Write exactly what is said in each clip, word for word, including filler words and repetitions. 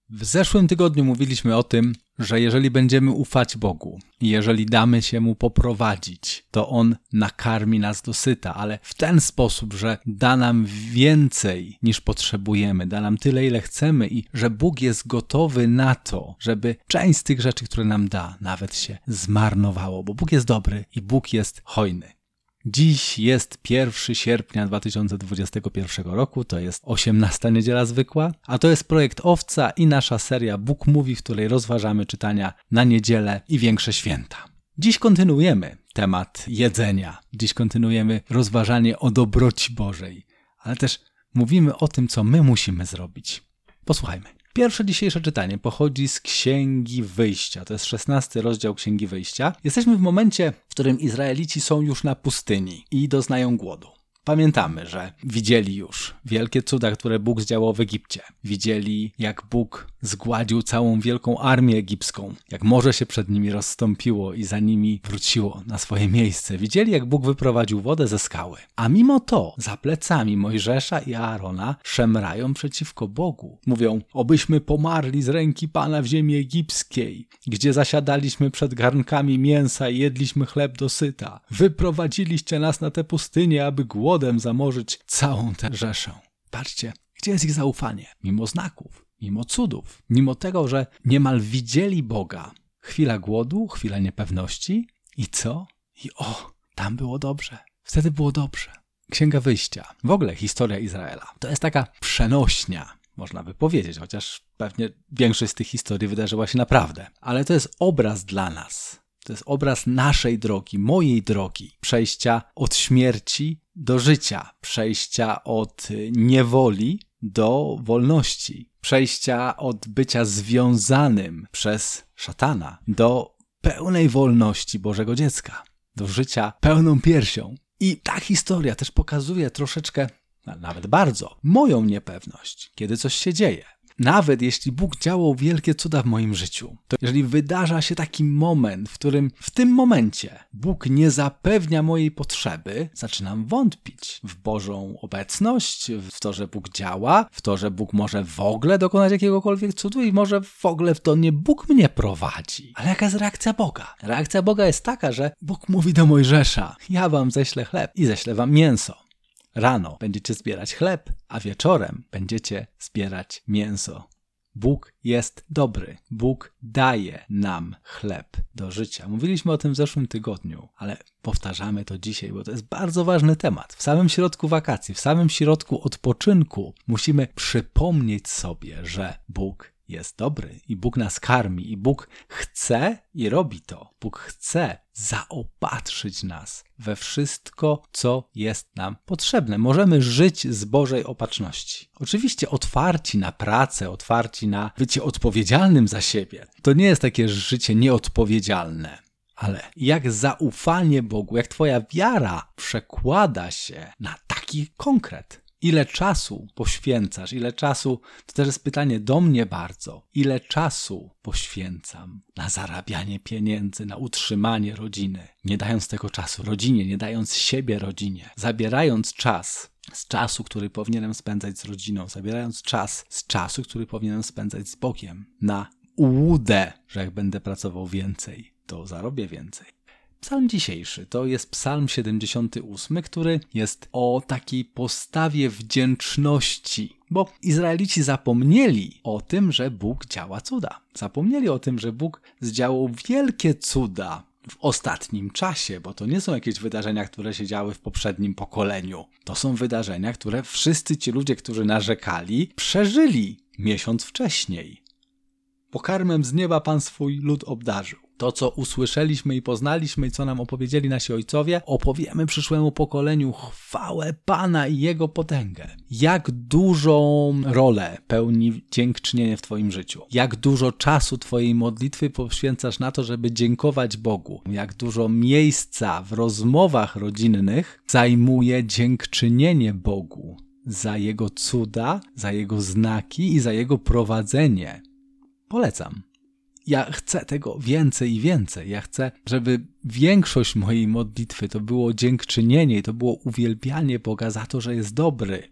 W zeszłym tygodniu mówiliśmy o tym, że jeżeli będziemy ufać Bogu i jeżeli damy się Mu poprowadzić, to On nakarmi nas dosyta, ale w ten sposób, że da nam więcej niż potrzebujemy, da nam tyle, ile chcemy i że Bóg jest gotowy na to, żeby część z tych rzeczy, które nam da, nawet się zmarnowało, bo Bóg jest dobry i Bóg jest hojny. Dziś jest pierwszego sierpnia dwa tysiące dwudziestego pierwszego roku, to jest osiemnasta niedziela zwykła, a to jest projekt Owca i nasza seria Bóg Mówi, w której rozważamy czytania na niedzielę i większe święta. Dziś kontynuujemy temat jedzenia, dziś kontynuujemy rozważanie o dobroci Bożej, ale też mówimy o tym, co my musimy zrobić. Posłuchajmy. Pierwsze dzisiejsze czytanie pochodzi z Księgi Wyjścia. To jest szesnasty rozdział Księgi Wyjścia. Jesteśmy w momencie, w którym Izraelici są już na pustyni i doznają głodu. Pamiętamy, że widzieli już wielkie cuda, które Bóg zdziałał w Egipcie. Widzieli, jak Bóg zgładził całą wielką armię egipską, jak morze się przed nimi rozstąpiło i za nimi wróciło na swoje miejsce. Widzieli, jak Bóg wyprowadził wodę ze skały. A mimo to za plecami Mojżesza i Aarona szemrają przeciwko Bogu. Mówią, obyśmy pomarli z ręki Pana w ziemi egipskiej, gdzie zasiadaliśmy przed garnkami mięsa i jedliśmy chleb dosyta. Wyprowadziliście nas na tę pustynię, aby głodem zamorzyć całą tę rzeszę. Patrzcie, gdzie jest ich zaufanie? Mimo znaków, mimo cudów, mimo tego, że niemal widzieli Boga. Chwila głodu, chwila niepewności i co? I o, tam było dobrze. Wtedy było dobrze. Księga Wyjścia, w ogóle historia Izraela, to jest taka przenośnia, można by powiedzieć, chociaż pewnie większość z tych historii wydarzyła się naprawdę. Ale to jest obraz dla nas. To jest obraz naszej drogi, mojej drogi, przejścia od śmierci do życia, przejścia od niewoli do wolności, przejścia od bycia związanym przez szatana do pełnej wolności Bożego dziecka, do życia pełną piersią. I ta historia też pokazuje troszeczkę, nawet bardzo, moją niepewność, kiedy coś się dzieje. Nawet jeśli Bóg działał wielkie cuda w moim życiu, to jeżeli wydarza się taki moment, w którym w tym momencie Bóg nie zapewnia mojej potrzeby, zaczynam wątpić w Bożą obecność, w to, że Bóg działa, w to, że Bóg może w ogóle dokonać jakiegokolwiek cudu i może w ogóle w to nie Bóg mnie prowadzi. Ale jaka jest reakcja Boga? Reakcja Boga jest taka, że Bóg mówi do Mojżesza, ja wam ześlę chleb i ześlę wam mięso. Rano będziecie zbierać chleb, a wieczorem będziecie zbierać mięso. Bóg jest dobry. Bóg daje nam chleb do życia. Mówiliśmy o tym w zeszłym tygodniu, ale powtarzamy to dzisiaj, bo to jest bardzo ważny temat. W samym środku wakacji, w samym środku odpoczynku musimy przypomnieć sobie, że Bóg jest dobry i Bóg nas karmi i Bóg chce i robi to. Bóg chce zaopatrzyć nas we wszystko, co jest nam potrzebne. Możemy żyć z Bożej opatrzności. Oczywiście otwarci na pracę, otwarci na bycie odpowiedzialnym za siebie. To nie jest takie życie nieodpowiedzialne. Ale jak zaufanie Bogu, jak twoja wiara przekłada się na taki konkret. Ile czasu poświęcasz, ile czasu, to też jest pytanie do mnie bardzo, ile czasu poświęcam na zarabianie pieniędzy, na utrzymanie rodziny, nie dając tego czasu rodzinie, nie dając siebie rodzinie, zabierając czas z czasu, który powinienem spędzać z rodziną, zabierając czas z czasu, który powinienem spędzać z Bogiem, na ułudę, że jak będę pracował więcej, to zarobię więcej. Psalm dzisiejszy to jest Psalm siedemdziesiąty ósmy, który jest o takiej postawie wdzięczności, bo Izraelici zapomnieli o tym, że Bóg działa cuda. Zapomnieli o tym, że Bóg zdziałał wielkie cuda w ostatnim czasie, bo to nie są jakieś wydarzenia, które się działy w poprzednim pokoleniu. To są wydarzenia, które wszyscy ci ludzie, którzy narzekali, przeżyli miesiąc wcześniej. Pokarmem z nieba Pan swój lud obdarzył. To, co usłyszeliśmy i poznaliśmy i co nam opowiedzieli nasi ojcowie, opowiemy przyszłemu pokoleniu chwałę Pana i Jego potęgę. Jak dużą rolę pełni dziękczynienie w twoim życiu. Jak dużo czasu twojej modlitwy poświęcasz na to, żeby dziękować Bogu. Jak dużo miejsca w rozmowach rodzinnych zajmuje dziękczynienie Bogu za Jego cuda, za Jego znaki i za Jego prowadzenie. Polecam. Ja chcę tego więcej i więcej. Ja chcę, żeby większość mojej modlitwy to było dziękczynienie i to było uwielbianie Boga za to, że jest dobry.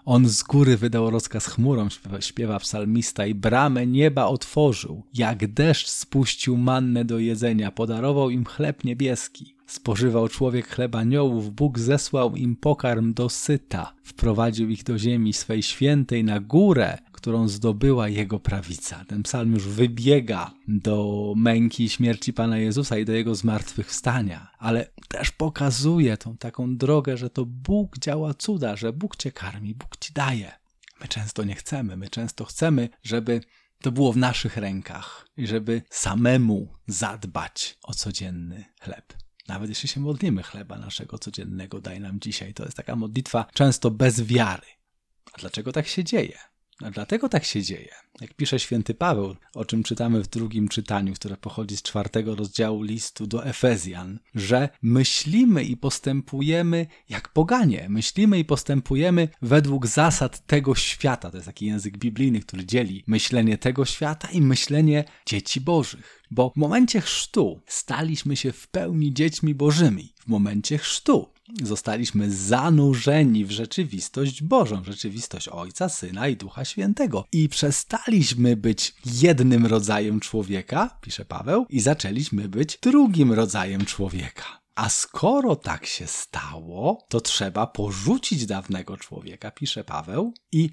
On z góry wydał rozkaz chmurom, śpiewa, śpiewa psalmista, i bramę nieba otworzył. Jak deszcz spuścił mannę do jedzenia, podarował im chleb niebieski. Spożywał człowiek chleb aniołów, Bóg zesłał im pokarm do syta. Wprowadził ich do ziemi swej świętej na górę, którą zdobyła jego prawica. Ten psalm już wybiega do męki i śmierci Pana Jezusa i do jego zmartwychwstania, ale też pokazuje tą taką drogę, że to Bóg działa cuda, że Bóg cię karmi, Bóg ci daje. My często nie chcemy, my często chcemy, żeby to było w naszych rękach i żeby samemu zadbać o codzienny chleb. Nawet jeśli się modlimy, chleba naszego codziennego daj nam dzisiaj. To jest taka modlitwa często bez wiary. A dlaczego tak się dzieje? A dlatego tak się dzieje. Jak pisze święty Paweł, o czym czytamy w drugim czytaniu, które pochodzi z czwartego rozdziału listu do Efezjan, że myślimy i postępujemy jak poganie. Myślimy i postępujemy według zasad tego świata. To jest taki język biblijny, który dzieli myślenie tego świata i myślenie dzieci bożych. Bo w momencie chrztu staliśmy się w pełni dziećmi bożymi. W momencie chrztu zostaliśmy zanurzeni w rzeczywistość Bożą, w rzeczywistość Ojca, Syna i Ducha Świętego. I przestaliśmy być jednym rodzajem człowieka, pisze Paweł, i zaczęliśmy być drugim rodzajem człowieka. A skoro tak się stało, to trzeba porzucić dawnego człowieka, pisze Paweł, i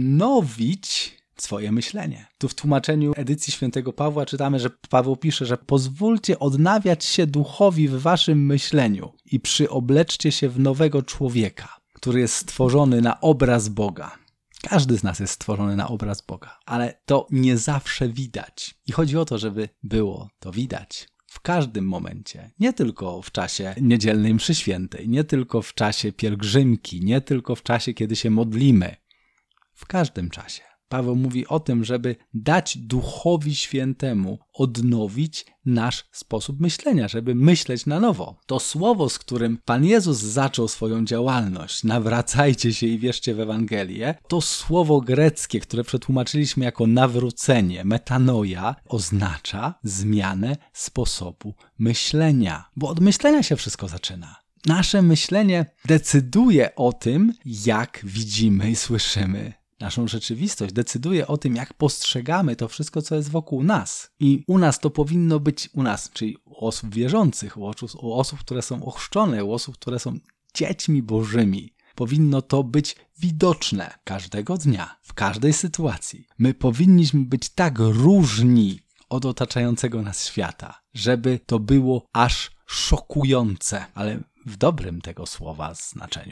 odnowić swoje myślenie. Tu w tłumaczeniu edycji świętego Pawła czytamy, że Paweł pisze, że pozwólcie odnawiać się duchowi w waszym myśleniu i przyobleczcie się w nowego człowieka, który jest stworzony na obraz Boga. Każdy z nas jest stworzony na obraz Boga, ale to nie zawsze widać. I chodzi o to, żeby było to widać w każdym momencie, nie tylko w czasie niedzielnej mszy świętej, nie tylko w czasie pielgrzymki, nie tylko w czasie, kiedy się modlimy. W każdym czasie. Paweł mówi o tym, żeby dać Duchowi Świętemu odnowić nasz sposób myślenia, żeby myśleć na nowo. To słowo, z którym Pan Jezus zaczął swoją działalność, nawracajcie się i wierzcie w Ewangelię, to słowo greckie, które przetłumaczyliśmy jako nawrócenie, metanoia, oznacza zmianę sposobu myślenia. Bo od myślenia się wszystko zaczyna. Nasze myślenie decyduje o tym, jak widzimy i słyszymy naszą rzeczywistość, decyduje o tym, jak postrzegamy to wszystko, co jest wokół nas. I u nas to powinno być, u nas, czyli u osób wierzących, u osób, u osób, które są ochrzczone, u osób, które są dziećmi bożymi. Powinno to być widoczne każdego dnia, w każdej sytuacji. My powinniśmy być tak różni od otaczającego nas świata, żeby to było aż szokujące, ale w dobrym tego słowa znaczeniu.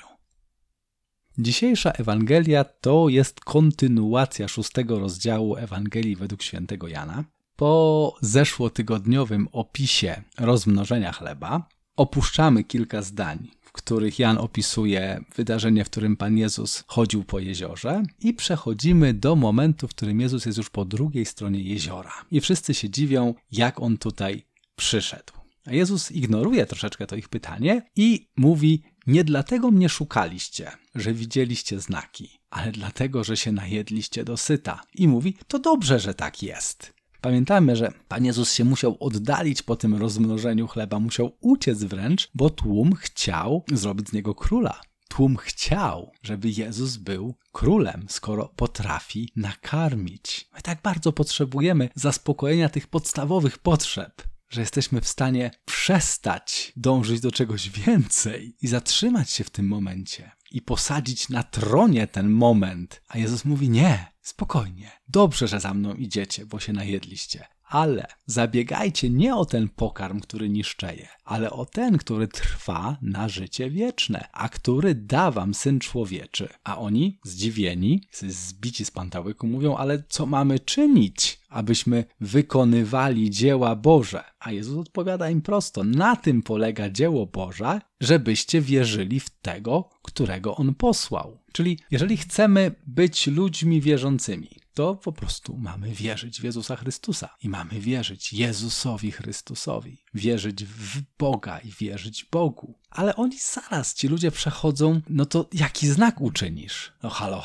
Dzisiejsza Ewangelia to jest kontynuacja szóstego rozdziału Ewangelii według świętego Jana. Po zeszłotygodniowym opisie rozmnożenia chleba opuszczamy kilka zdań, w których Jan opisuje wydarzenie, w którym Pan Jezus chodził po jeziorze, i przechodzimy do momentu, w którym Jezus jest już po drugiej stronie jeziora. I wszyscy się dziwią, jak on tutaj przyszedł. A Jezus ignoruje troszeczkę to ich pytanie i mówi: nie dlatego mnie szukaliście, że widzieliście znaki, ale dlatego, że się najedliście dosyta. I mówi: to dobrze, że tak jest. Pamiętamy, że Pan Jezus się musiał oddalić po tym rozmnożeniu chleba, musiał uciec wręcz, bo tłum chciał zrobić z niego króla. Tłum chciał, żeby Jezus był królem, skoro potrafi nakarmić. My tak bardzo potrzebujemy zaspokojenia tych podstawowych potrzeb, że jesteśmy w stanie przestać dążyć do czegoś więcej i zatrzymać się w tym momencie i posadzić na tronie ten moment. A Jezus mówi: nie, spokojnie, dobrze, że za mną idziecie, bo się najedliście. Ale zabiegajcie nie o ten pokarm, który niszczeje, ale o ten, który trwa na życie wieczne, a który da wam Syn Człowieczy. A oni, zdziwieni, zbici z pantałyku, mówią: ale co mamy czynić, abyśmy wykonywali dzieła Boże? A Jezus odpowiada im prosto: na tym polega dzieło Boże, żebyście wierzyli w tego, którego On posłał. Czyli jeżeli chcemy być ludźmi wierzącymi, to po prostu mamy wierzyć w Jezusa Chrystusa i mamy wierzyć Jezusowi Chrystusowi, wierzyć w Boga i wierzyć Bogu. Ale oni zaraz, ci ludzie przechodzą: no to jaki znak uczynisz? No halo, halo.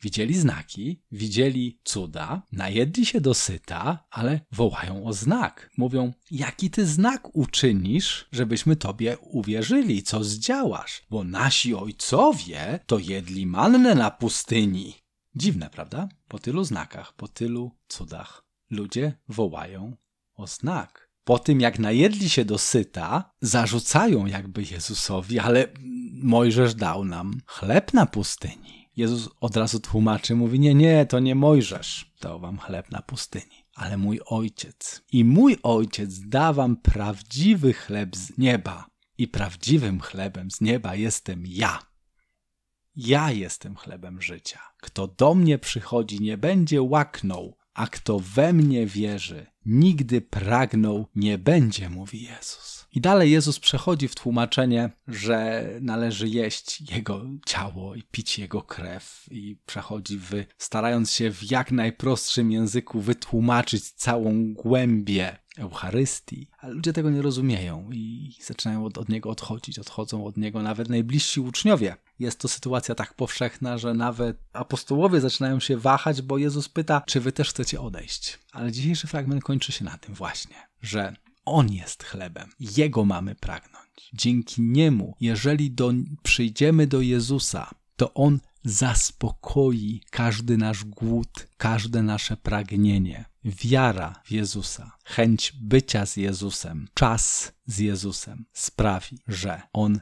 Widzieli znaki, widzieli cuda, najedli się dosyta, ale wołają o znak. Mówią, jaki ty znak uczynisz, żebyśmy tobie uwierzyli, co zdziałasz? Bo nasi ojcowie to jedli mannę na pustyni. Dziwne, prawda? Po tylu znakach, po tylu cudach ludzie wołają o znak. Po tym, jak najedli się dosyta, zarzucają jakby Jezusowi, ale Mojżesz dał nam chleb na pustyni. Jezus od razu tłumaczy, mówi, nie, nie, to nie Mojżesz dał wam chleb na pustyni, ale mój Ojciec. I mój Ojciec da wam prawdziwy chleb z nieba. I prawdziwym chlebem z nieba jestem ja. Ja jestem chlebem życia. Kto do mnie przychodzi, nie będzie łaknął, a kto we mnie wierzy, nigdy pragnął nie będzie, mówi Jezus. I dalej Jezus przechodzi w tłumaczenie, że należy jeść Jego ciało i pić Jego krew i przechodzi w, starając się w jak najprostszym języku wytłumaczyć całą głębię Eucharystii. Ale ludzie tego nie rozumieją i zaczynają od, od Niego odchodzić, odchodzą od Niego nawet najbliżsi uczniowie. Jest to sytuacja tak powszechna, że nawet apostołowie zaczynają się wahać, bo Jezus pyta, czy wy też chcecie odejść. Ale dzisiejszy fragment kończy się na tym właśnie, że On jest chlebem. Jego mamy pragnąć. Dzięki Niemu, jeżeli do, przyjdziemy do Jezusa, to On zaspokoi każdy nasz głód, każde nasze pragnienie. Wiara w Jezusa, chęć bycia z Jezusem, czas z Jezusem sprawi, że On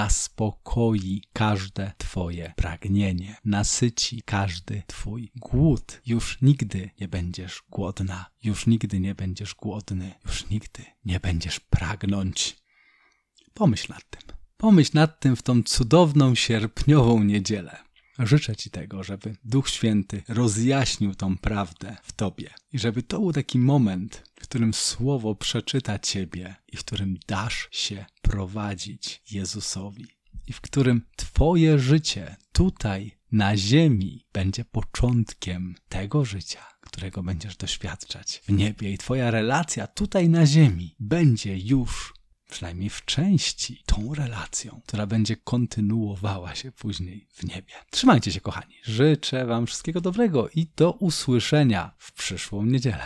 zaspokoi każde twoje pragnienie, nasyci każdy twój głód. Już nigdy nie będziesz głodna, już nigdy nie będziesz głodny, już nigdy nie będziesz pragnąć. Pomyśl nad tym. Pomyśl nad tym w tą cudowną sierpniową niedzielę. Życzę Ci tego, żeby Duch Święty rozjaśnił tą prawdę w Tobie i żeby to był taki moment, w którym Słowo przeczyta Ciebie i w którym dasz się prowadzić Jezusowi i w którym Twoje życie tutaj na ziemi będzie początkiem tego życia, którego będziesz doświadczać w niebie i Twoja relacja tutaj na ziemi będzie już przynajmniej w części tą relacją, która będzie kontynuowała się później w niebie. Trzymajcie się, kochani. Życzę Wam wszystkiego dobrego i do usłyszenia w przyszłą niedzielę.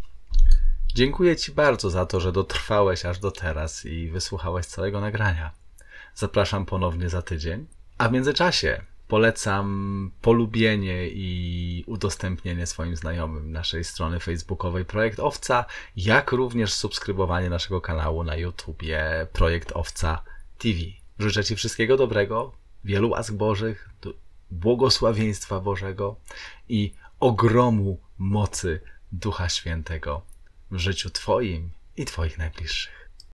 Dziękuję Ci bardzo za to, że dotrwałeś aż do teraz i wysłuchałeś całego nagrania. Zapraszam ponownie za tydzień, a w międzyczasie polecam polubienie i udostępnienie swoim znajomym naszej strony facebookowej Projekt Owca, jak również subskrybowanie naszego kanału na YouTubie Projekt Owca T V. Życzę Ci wszystkiego dobrego, wielu łask Bożych, błogosławieństwa Bożego i ogromu mocy Ducha Świętego w życiu Twoim i Twoich najbliższych.